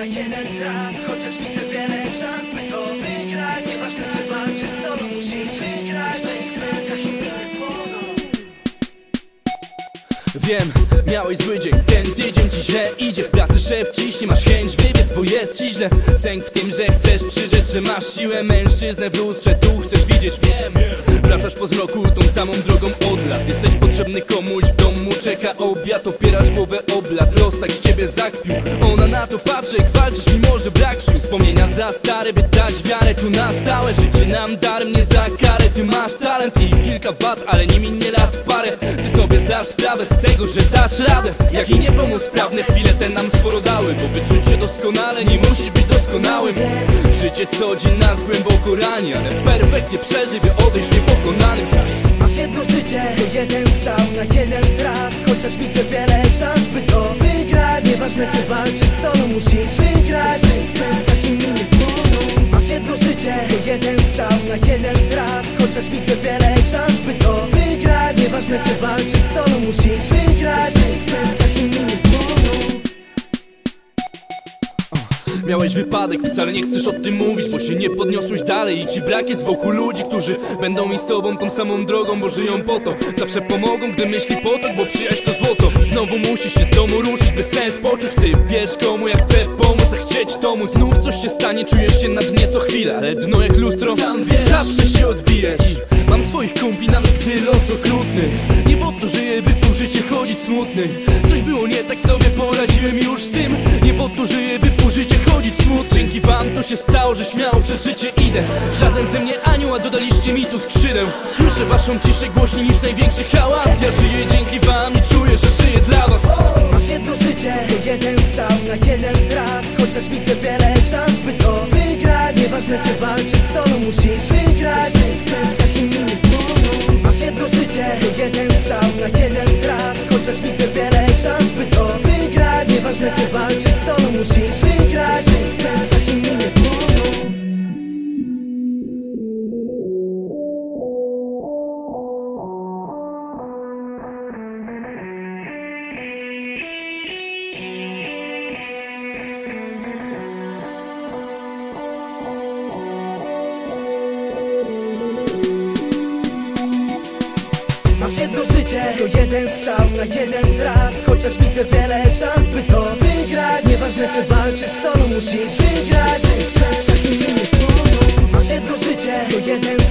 na jeden raz, chociaż widzę wiele szans, by to wygrać. Nieważne czy walczysz solo, musisz wygrać. Taki miły płoną. Wiem, miałeś zły dzień, ten tydzień ci źle idzie. W pracy szef ciśnie, masz chęć wybiec, bo jest ci źle. Sęk w tym, że chcesz przyrzec, że masz siłę mężczyznę w lustrze, tu chcesz widzieć. Wiem, wracasz po zmroku tą samą drogą od lat. Jesteś potrzebny komuś, w domu czeka obiad. Opierasz głowę o blat, los tak z ciebie zakpił. Ona na to patrzy, jak walczysz, mimo że brak sił. Wspomnienia za stare, by dać wiarę tu na stałe. Życie nam darem, nie za karę. Ty masz talent i kilka wad, ale nie minie lat parę. Ty sobie zdasz sprawę z tego, że dasz radę. Jak i niepełnosprawne chwile te nam sporo dały, bo by czuć się doskonale, nie musisz być doskonałym. Życie co dzień nas głęboko rani, ale perfektnie przeżyj, by odejść niepokonanym. Masz jedno życie, to jeden strzał na jeden raz. Chociaż widzę wiele szans, by to wygrać. Nieważne czy walczysz solo, musisz wygrać. Z takim innym płoną. Masz jedno życie, to jeden strzał na jeden raz. Chociaż widzę wiele szans, by to wygrać. Nieważne czy walczysz solo, musisz wygrać. Z takim innym płoną. Miałeś wypadek, wcale nie chcesz o tym mówić, bo się nie podniosłeś dalej i ci brak jest wokół ludzi, którzy będą i z tobą tą samą drogą, bo żyją po to. Zawsze pomogą, gdy myśli potok, bo przyjaźń to złoto. Znowu musisz się z domu ruszyć, by sens poczuć. Ty wiesz komu ja chcę pomóc, a chcieć tomu. Znów coś się stanie, czujesz się na dnie co chwilę, ale dno jak lustro, sam wiesz, zawsze się odbijesz. Mam swoich kumpli, nawet gdy los okrutny. Nie po to żyję, by tu życie chodzić smutny. Coś było nie tak, sobie poradziłem już z tym. Nie po to żyję, by po życie chodzić smutny. Dzięki wam to się stało, że śmiało przez życie idę. Żaden ze mnie anioł, a dodaliście mi tu skrzydeł. Słyszę waszą ciszę głośniej niż największy hałas. Ja żyję dzięki wam i czuję, że żyję dla was. Masz jedno życie, to jeden strzał na jeden raz. Chociaż widzę wiele szans, by to wygrać. Nieważne czy walczysz solo, musisz wygrać. Z takim innym płoną. Masz jedno życie, to jeden strzał na jeden raz. Chociaż widzę wiele szans, by to wygrać. Nieważne czy walczysz solo, musisz wygrać. Z takim innym płoną. Masz jedno życie, to jeden strzał na jeden raz. Chociaż widzę wiele szans, by to wygrać. Nieważne czy walczysz solo, musisz wygrać. Z takim innym płoną. Masz jedno życie, to jeden